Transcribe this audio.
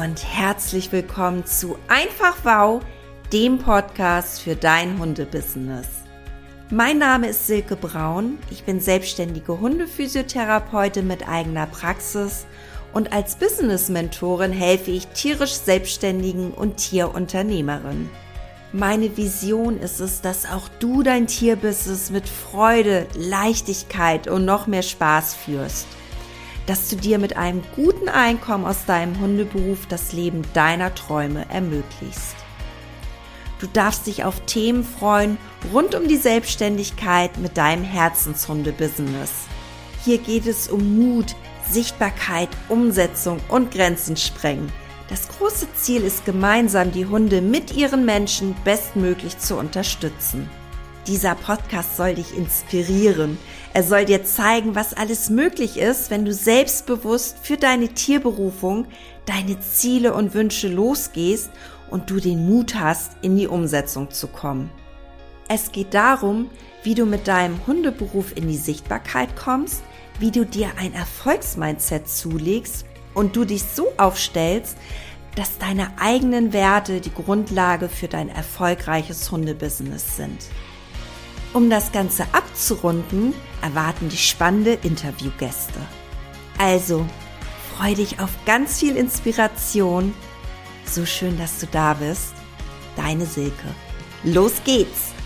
und herzlich willkommen zu Einfach Wow, dem Podcast für dein Hundebusiness. Mein Name ist Silke Braun, ich bin selbstständige Hundephysiotherapeutin mit eigener Praxis und als Business-Mentorin helfe ich tierisch Selbstständigen und Tierunternehmerinnen. Meine Vision ist es, dass auch du dein Tierbusiness mit Freude, Leichtigkeit und noch mehr Spaß führst. Dass du dir mit einem guten Einkommen aus deinem Hundeberuf das Leben deiner Träume ermöglichst. Du darfst dich auf Themen freuen rund um die Selbstständigkeit mit deinem Herzenshundebusiness. Hier geht es um Mut, Sichtbarkeit, Umsetzung und Grenzen sprengen. Das große Ziel ist gemeinsam, die Hunde mit ihren Menschen bestmöglich zu unterstützen. Dieser Podcast soll dich inspirieren. Er soll dir zeigen, was alles möglich ist, wenn du selbstbewusst für deine Tierberufung, deine Ziele und Wünsche losgehst und du den Mut hast, in die Umsetzung zu kommen. Es geht darum, wie du mit deinem Hundeberuf in die Sichtbarkeit kommst, wie du dir ein Erfolgsmindset zulegst und du dich so aufstellst, dass deine eigenen Werte die Grundlage für dein erfolgreiches Hundebusiness sind. Um das Ganze abzurunden, erwarten dich spannende Interviewgäste. Also, freu dich auf ganz viel Inspiration. So schön, dass du da bist. Deine Silke. Los geht's!